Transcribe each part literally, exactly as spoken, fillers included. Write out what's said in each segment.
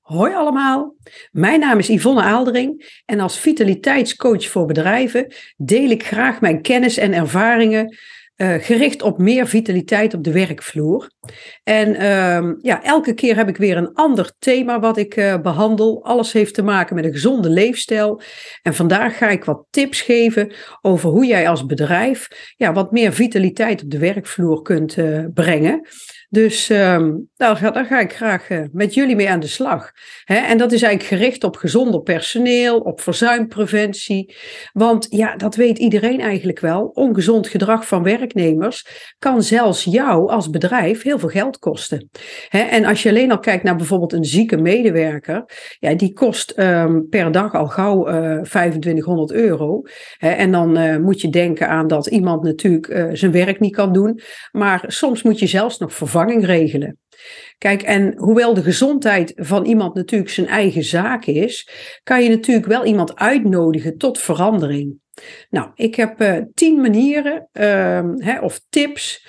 Hoi allemaal, mijn naam is Yvonne Aaldering en als vitaliteitscoach voor bedrijven deel ik graag mijn kennis en ervaringen uh, gericht op meer vitaliteit op de werkvloer. En uh, ja, elke keer heb ik weer een ander thema wat ik uh, behandel. Alles heeft te maken met een gezonde leefstijl. En vandaag ga ik wat tips geven over hoe jij als bedrijf ja, wat meer vitaliteit op de werkvloer kunt uh, brengen. Dus um, daar, ga, daar ga ik graag uh, met jullie mee aan de slag. He, en dat is eigenlijk gericht op gezonder personeel, op verzuimpreventie. Want ja, dat weet iedereen eigenlijk wel. Ongezond gedrag van werknemers kan zelfs jou als bedrijf heel veel geld kosten. He, en als je alleen al kijkt naar bijvoorbeeld een zieke medewerker, ja, die kost um, per dag al gauw uh, vijfentwintighonderd euro. He, en dan uh, moet je denken aan dat iemand natuurlijk uh, zijn werk niet kan doen. Maar soms moet je zelfs nog vervangen. regelen. Kijk, en hoewel de gezondheid van iemand natuurlijk zijn eigen zaak is, kan je natuurlijk wel iemand uitnodigen tot verandering. Nou, ik heb uh, tien manieren uh, hè, of tips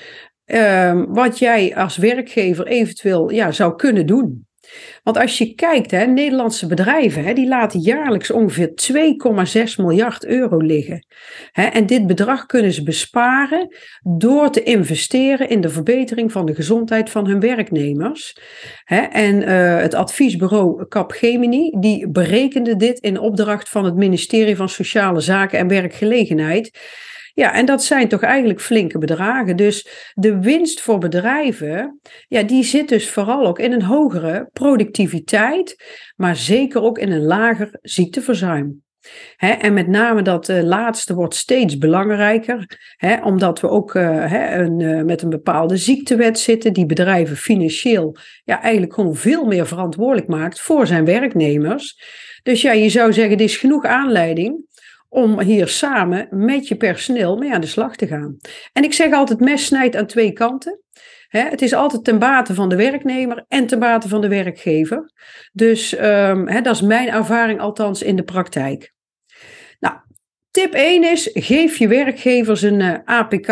uh, wat jij als werkgever eventueel ja, zou kunnen doen. Want als je kijkt, hè, Nederlandse bedrijven, hè, die laten jaarlijks ongeveer twee komma zes miljard euro liggen. Hè, en dit bedrag kunnen ze besparen door te investeren in de verbetering van de gezondheid van hun werknemers. Hè, en uh, het adviesbureau Capgemini, die berekende dit in opdracht van het ministerie van Sociale Zaken en Werkgelegenheid. Ja, en dat zijn toch eigenlijk flinke bedragen. Dus de winst voor bedrijven, ja, die zit dus vooral ook in een hogere productiviteit, maar zeker ook in een lager ziekteverzuim. He, en met name dat uh, laatste wordt steeds belangrijker, he, omdat we ook uh, he, een, uh, met een bepaalde ziektewet zitten die bedrijven financieel ja, eigenlijk gewoon veel meer verantwoordelijk maakt voor zijn werknemers. Dus ja, je zou zeggen, er is genoeg aanleiding om hier samen met je personeel mee aan de slag te gaan. En ik zeg altijd, mes snijdt aan twee kanten. He, het is altijd ten bate van de werknemer en ten bate van de werkgever. Dus um, he, dat is mijn ervaring althans in de praktijk. Nou, tip één is, geef je werkgevers een uh, A P K.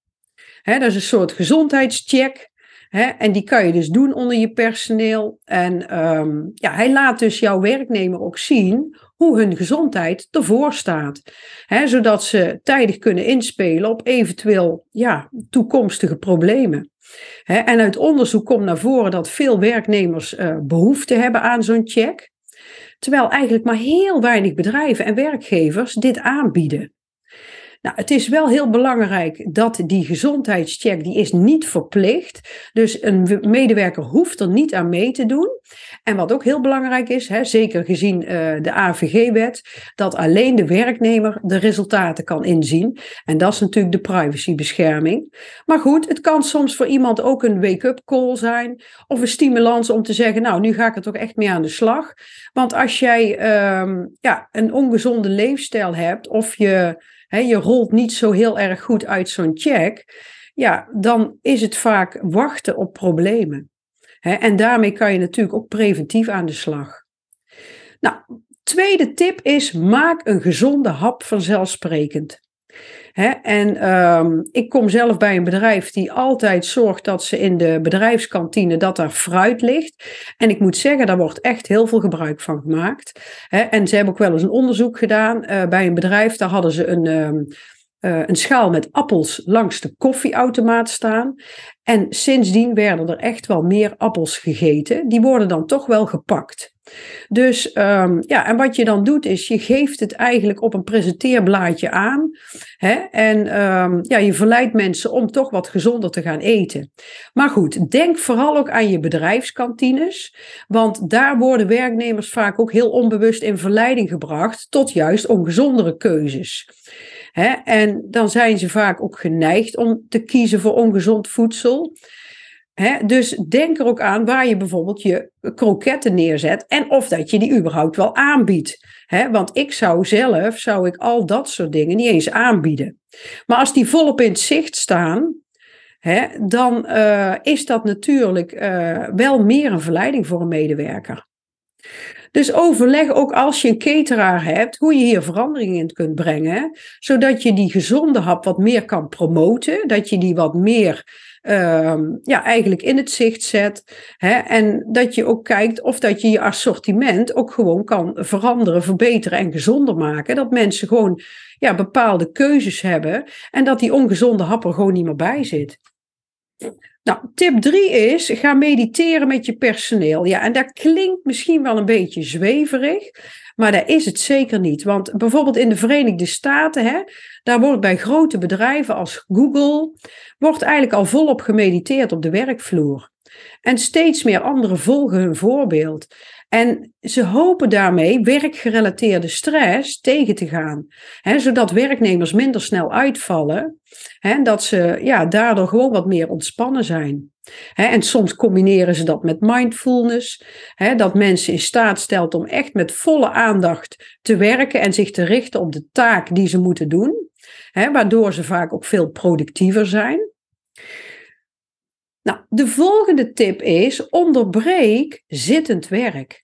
He, dat is een soort gezondheidscheck. He, en die kan je dus doen onder je personeel. En um, ja, hij laat dus jouw werknemer ook zien hoe hun gezondheid ervoor staat. He, zodat ze tijdig kunnen inspelen op eventueel ja, toekomstige problemen. He, en uit onderzoek komt naar voren dat veel werknemers uh, behoefte hebben aan zo'n check. Terwijl eigenlijk maar heel weinig bedrijven en werkgevers dit aanbieden. Nou, het is wel heel belangrijk dat die gezondheidscheck, die is niet verplicht. Dus een medewerker hoeft er niet aan mee te doen. En wat ook heel belangrijk is, hè, zeker gezien uh, de A V G-wet, dat alleen de werknemer de resultaten kan inzien. En dat is natuurlijk de privacybescherming. Maar goed, het kan soms voor iemand ook een wake-up call zijn. Of een stimulans om te zeggen, nou, nu ga ik er toch echt mee aan de slag. Want als jij um, ja, een ongezonde leefstijl hebt of je... He, je rolt niet zo heel erg goed uit zo'n check, ja, dan is het vaak wachten op problemen. He, en daarmee kan je natuurlijk ook preventief aan de slag. Nou, tweede tip is, maak een gezonde hap vanzelfsprekend. He, en um, ik kom zelf bij een bedrijf die altijd zorgt dat ze in de bedrijfskantine dat daar fruit ligt. En ik moet zeggen, daar wordt echt heel veel gebruik van gemaakt. He, en ze hebben ook wel eens een onderzoek gedaan uh, bij een bedrijf. Daar hadden ze een, um, uh, een schaal met appels langs de koffieautomaat staan. En sindsdien werden er echt wel meer appels gegeten. Die worden dan toch wel gepakt. Dus um, ja, en wat je dan doet is, je geeft het eigenlijk op een presenteerblaadje aan. Hè, en um, ja, je verleidt mensen om toch wat gezonder te gaan eten. Maar goed, denk vooral ook aan je bedrijfskantines. Want daar worden werknemers vaak ook heel onbewust in verleiding gebracht tot juist ongezondere keuzes. He, en dan zijn ze vaak ook geneigd om te kiezen voor ongezond voedsel. He, dus denk er ook aan waar je bijvoorbeeld je kroketten neerzet en of dat je die überhaupt wel aanbiedt. He, want ik zou zelf, zou ik al dat soort dingen niet eens aanbieden. Maar als die volop in het zicht staan, he, dan uh, is dat natuurlijk uh, wel meer een verleiding voor een medewerker. Dus overleg ook als je een cateraar hebt, hoe je hier verandering in kunt brengen, zodat je die gezonde hap wat meer kan promoten, dat je die wat meer um, ja, eigenlijk in het zicht zet. Hè, en dat je ook kijkt of dat je je assortiment ook gewoon kan veranderen, verbeteren en gezonder maken. Dat mensen gewoon ja, bepaalde keuzes hebben en dat die ongezonde hap er gewoon niet meer bij zit. Nou, tip drie is, ga mediteren met je personeel. Ja, en dat klinkt misschien wel een beetje zweverig, maar dat is het zeker niet. Want bijvoorbeeld in de Verenigde Staten, hè, daar wordt bij grote bedrijven als Google, wordt eigenlijk al volop gemediteerd op de werkvloer. En steeds meer anderen volgen hun voorbeeld. En ze hopen daarmee werkgerelateerde stress tegen te gaan. Hè, zodat werknemers minder snel uitvallen. En dat ze ja, daardoor gewoon wat meer ontspannen zijn. Hè, en soms combineren ze dat met mindfulness. Hè, dat mensen in staat stelt om echt met volle aandacht te werken en zich te richten op de taak die ze moeten doen. Hè, waardoor ze vaak ook veel productiever zijn. Nou, de volgende tip is, onderbreek zittend werk.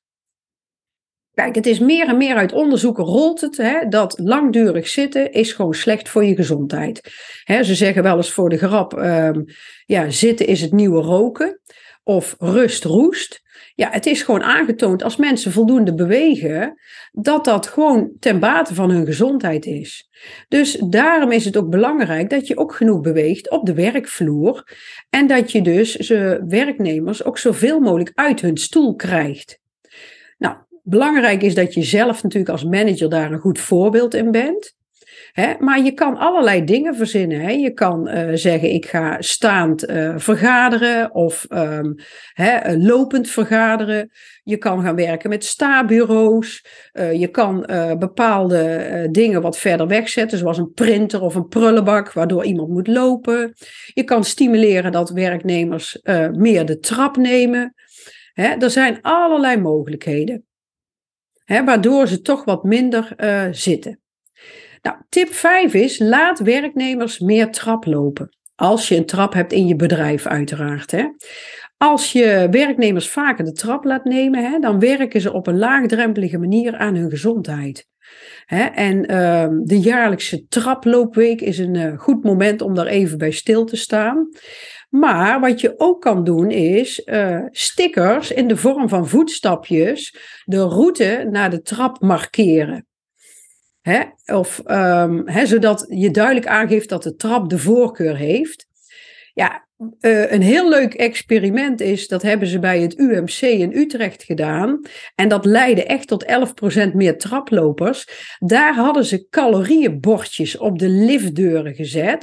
Kijk, het is meer en meer uit onderzoeken rolt het, hè, dat langdurig zitten is gewoon slecht voor je gezondheid. Hè, ze zeggen wel eens voor de grap, um, ja, zitten is het nieuwe roken of rust roest. Ja, het is gewoon aangetoond als mensen voldoende bewegen, dat dat gewoon ten bate van hun gezondheid is. Dus daarom is het ook belangrijk dat je ook genoeg beweegt op de werkvloer en dat je dus de werknemers ook zoveel mogelijk uit hun stoel krijgt. Nou, belangrijk is dat je zelf natuurlijk als manager daar een goed voorbeeld in bent. He, maar je kan allerlei dingen verzinnen. He. Je kan uh, zeggen, ik ga staand uh, vergaderen of um, he, uh, lopend vergaderen. Je kan gaan werken met sta-bureaus. Uh, je kan uh, bepaalde uh, dingen wat verder wegzetten, zoals een printer of een prullenbak, waardoor iemand moet lopen. Je kan stimuleren dat werknemers uh, meer de trap nemen. He, er zijn allerlei mogelijkheden, he, waardoor ze toch wat minder uh, zitten. Nou, tip vijf is, laat werknemers meer trap lopen. Als je een trap hebt in je bedrijf uiteraard. Hè. Als je werknemers vaker de trap laat nemen, hè, dan werken ze op een laagdrempelige manier aan hun gezondheid. Hè, en uh, de jaarlijkse traploopweek is een uh, goed moment om daar even bij stil te staan. Maar wat je ook kan doen is uh, stickers in de vorm van voetstapjes de route naar de trap markeren. He, of um, he, zodat je duidelijk aangeeft dat de trap de voorkeur heeft. Ja, uh, een heel leuk experiment is, dat hebben ze bij het U M C in Utrecht gedaan. En dat leidde echt tot elf procent meer traplopers. Daar hadden ze calorieënbordjes op de liftdeuren gezet.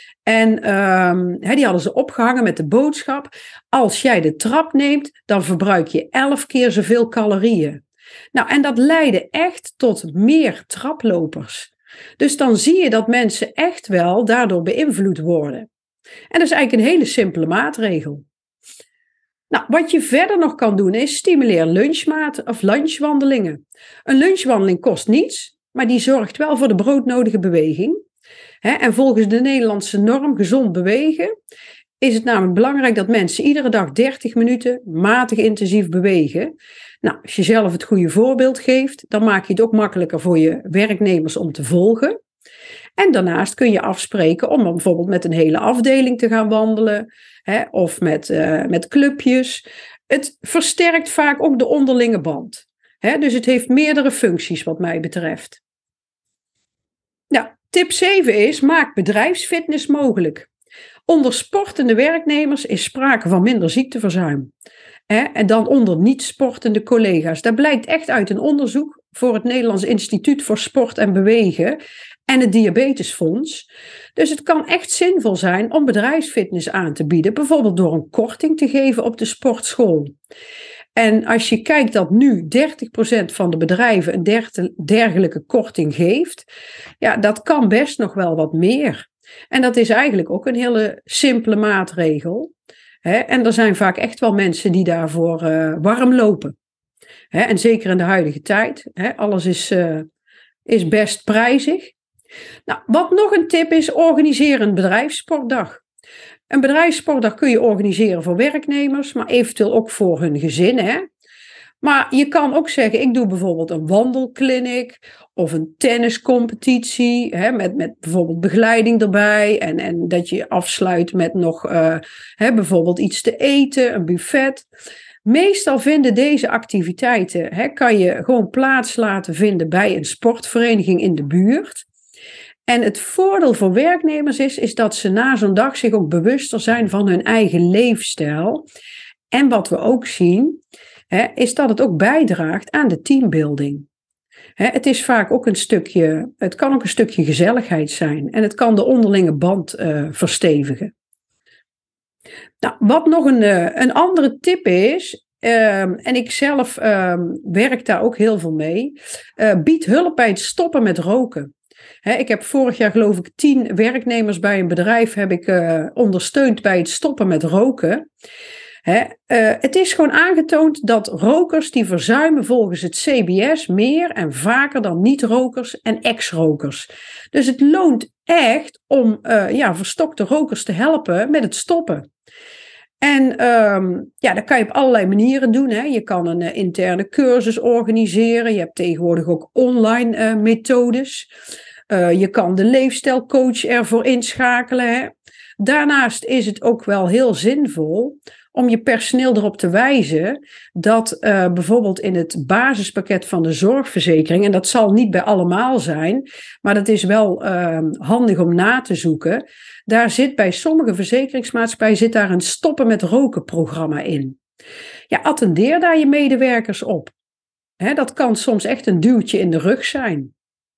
En um, he, die hadden ze opgehangen met de boodschap: als jij de trap neemt, dan verbruik je elf keer zoveel calorieën. Nou, en dat leidde echt tot meer traplopers. Dus dan zie je dat mensen echt wel daardoor beïnvloed worden. En dat is eigenlijk een hele simpele maatregel. Nou, wat je verder nog kan doen is stimuleer lunchmaat of lunchwandelingen. Een lunchwandeling kost niets, maar die zorgt wel voor de broodnodige beweging. He, en volgens de Nederlandse norm gezond bewegen is het namelijk belangrijk dat mensen iedere dag dertig minuten matig intensief bewegen. Nou, als je zelf het goede voorbeeld geeft, dan maak je het ook makkelijker voor je werknemers om te volgen. En daarnaast kun je afspreken om bijvoorbeeld met een hele afdeling te gaan wandelen, hè, of met, uh, met clubjes. Het versterkt vaak ook de onderlinge band. Hè, dus het heeft meerdere functies wat mij betreft. Nou, tip zeven is, maak bedrijfsfitness mogelijk. Onder sportende werknemers is sprake van minder ziekteverzuim. Hè, en dan onder niet-sportende collega's. Dat blijkt echt uit een onderzoek voor het Nederlands Instituut voor Sport en Bewegen en het Diabetesfonds. Dus het kan echt zinvol zijn om bedrijfsfitness aan te bieden, bijvoorbeeld door een korting te geven op de sportschool. En als je kijkt dat nu dertig procent van de bedrijven een dergelijke korting geeft, ja, dat kan best nog wel wat meer. En dat is eigenlijk ook een hele simpele maatregel. He, en er zijn vaak echt wel mensen die daarvoor uh, warm lopen. He, en zeker in de huidige tijd. He, alles is, uh, is best prijzig. Nou, wat nog een tip is, organiseer een bedrijfssportdag. Een bedrijfssportdag kun je organiseren voor werknemers, maar eventueel ook voor hun gezin. Hè? Maar je kan ook zeggen, ik doe bijvoorbeeld een wandelclinic of een tenniscompetitie, hè, met, met bijvoorbeeld begeleiding erbij. En, en dat je afsluit met nog uh, hè, bijvoorbeeld iets te eten, een buffet. Meestal vinden deze activiteiten, hè, kan je gewoon plaats laten vinden bij een sportvereniging in de buurt. En het voordeel voor werknemers is, is dat ze na zo'n dag zich ook bewuster zijn van hun eigen leefstijl. En wat we ook zien, hè, is dat het ook bijdraagt aan de teambuilding. Hè, het is vaak ook een stukje, het kan ook een stukje gezelligheid zijn. En het kan de onderlinge band uh, verstevigen. Nou, wat nog een, uh, een andere tip is, um, en ik zelf um, werk daar ook heel veel mee, uh, bied hulp bij het stoppen met roken. He, ik heb vorig jaar geloof ik tien werknemers bij een bedrijf heb ik uh, ondersteund bij het stoppen met roken. He, uh, het is gewoon aangetoond dat rokers die verzuimen volgens het C B S meer en vaker dan niet-rokers en ex-rokers. Dus het loont echt om uh, ja, verstokte rokers te helpen met het stoppen. En um, ja, dat kan je op allerlei manieren doen. Hè. Je kan een uh, interne cursus organiseren. Je hebt tegenwoordig ook online uh, methodes. Uh, je kan de leefstijlcoach ervoor inschakelen. Hè. Daarnaast is het ook wel heel zinvol om je personeel erop te wijzen dat uh, bijvoorbeeld in het basispakket van de zorgverzekering, en dat zal niet bij allemaal zijn, maar dat is wel uh, handig om na te zoeken, daar zit bij sommige verzekeringsmaatschappijen zit daar een stoppen met roken programma in. Ja, attendeer daar je medewerkers op. Hè, dat kan soms echt een duwtje in de rug zijn.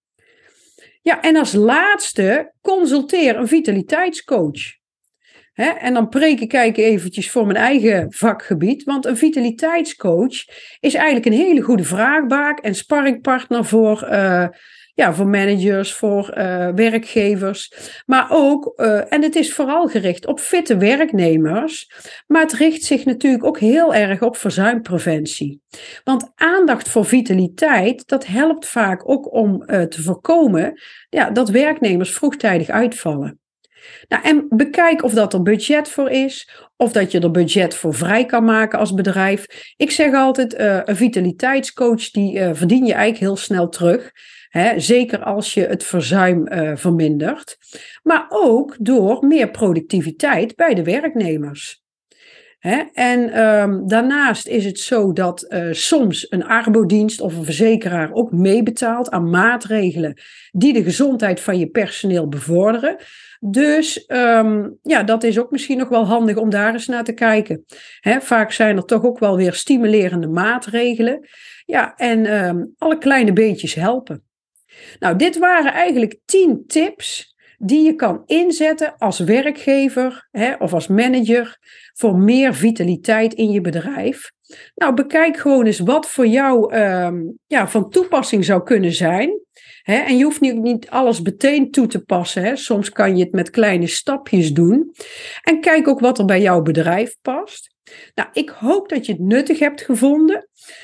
Ja, en als laatste, consulteer een vitaliteitscoach. He, en dan preek ik kijk eventjes voor mijn eigen vakgebied, want een vitaliteitscoach is eigenlijk een hele goede vraagbaak en sparringpartner voor, uh, ja, voor managers, voor uh, werkgevers, maar ook, uh, en het is vooral gericht op fitte werknemers, maar het richt zich natuurlijk ook heel erg op verzuimpreventie. Want aandacht voor vitaliteit, dat helpt vaak ook om uh, te voorkomen ja, dat werknemers vroegtijdig uitvallen. Nou, en bekijk of dat er budget voor is, of dat je er budget voor vrij kan maken als bedrijf. Ik zeg altijd, uh, een vitaliteitscoach, die uh, verdien je eigenlijk heel snel terug. Hè, zeker als je het verzuim uh, vermindert. Maar ook door meer productiviteit bij de werknemers. Hè, en um, daarnaast is het zo dat uh, soms een arbodienst of een verzekeraar ook meebetaalt aan maatregelen die de gezondheid van je personeel bevorderen. Dus um, ja, dat is ook misschien nog wel handig om daar eens naar te kijken. Hè, vaak zijn er toch ook wel weer stimulerende maatregelen. Ja, en um, alle kleine beetjes helpen. Nou, dit waren eigenlijk tien tips die je kan inzetten als werkgever hè, of als manager voor meer vitaliteit in je bedrijf. Nou, bekijk gewoon eens wat voor jou um, ja, van toepassing zou kunnen zijn. Hè, en je hoeft niet, niet alles meteen toe te passen. Hè. Soms kan je het met kleine stapjes doen. En kijk ook wat er bij jouw bedrijf past. Nou, ik hoop dat je het nuttig hebt gevonden.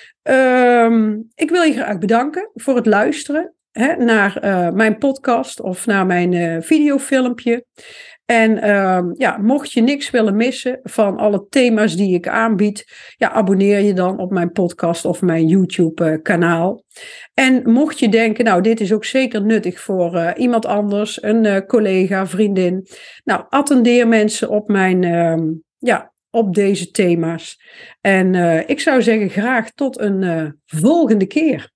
Um, ik wil je graag bedanken voor het luisteren. Hè, naar uh, mijn podcast of naar mijn uh, videofilmpje. En uh, ja, mocht je niks willen missen van alle thema's die ik aanbied, ja, abonneer je dan op mijn podcast of mijn YouTube uh, kanaal. En mocht je denken, nou, dit is ook zeker nuttig voor uh, iemand anders, een uh, collega, vriendin. Nou, attendeer mensen op mijn, uh, ja, op deze thema's. En uh, ik zou zeggen, graag tot een uh, volgende keer.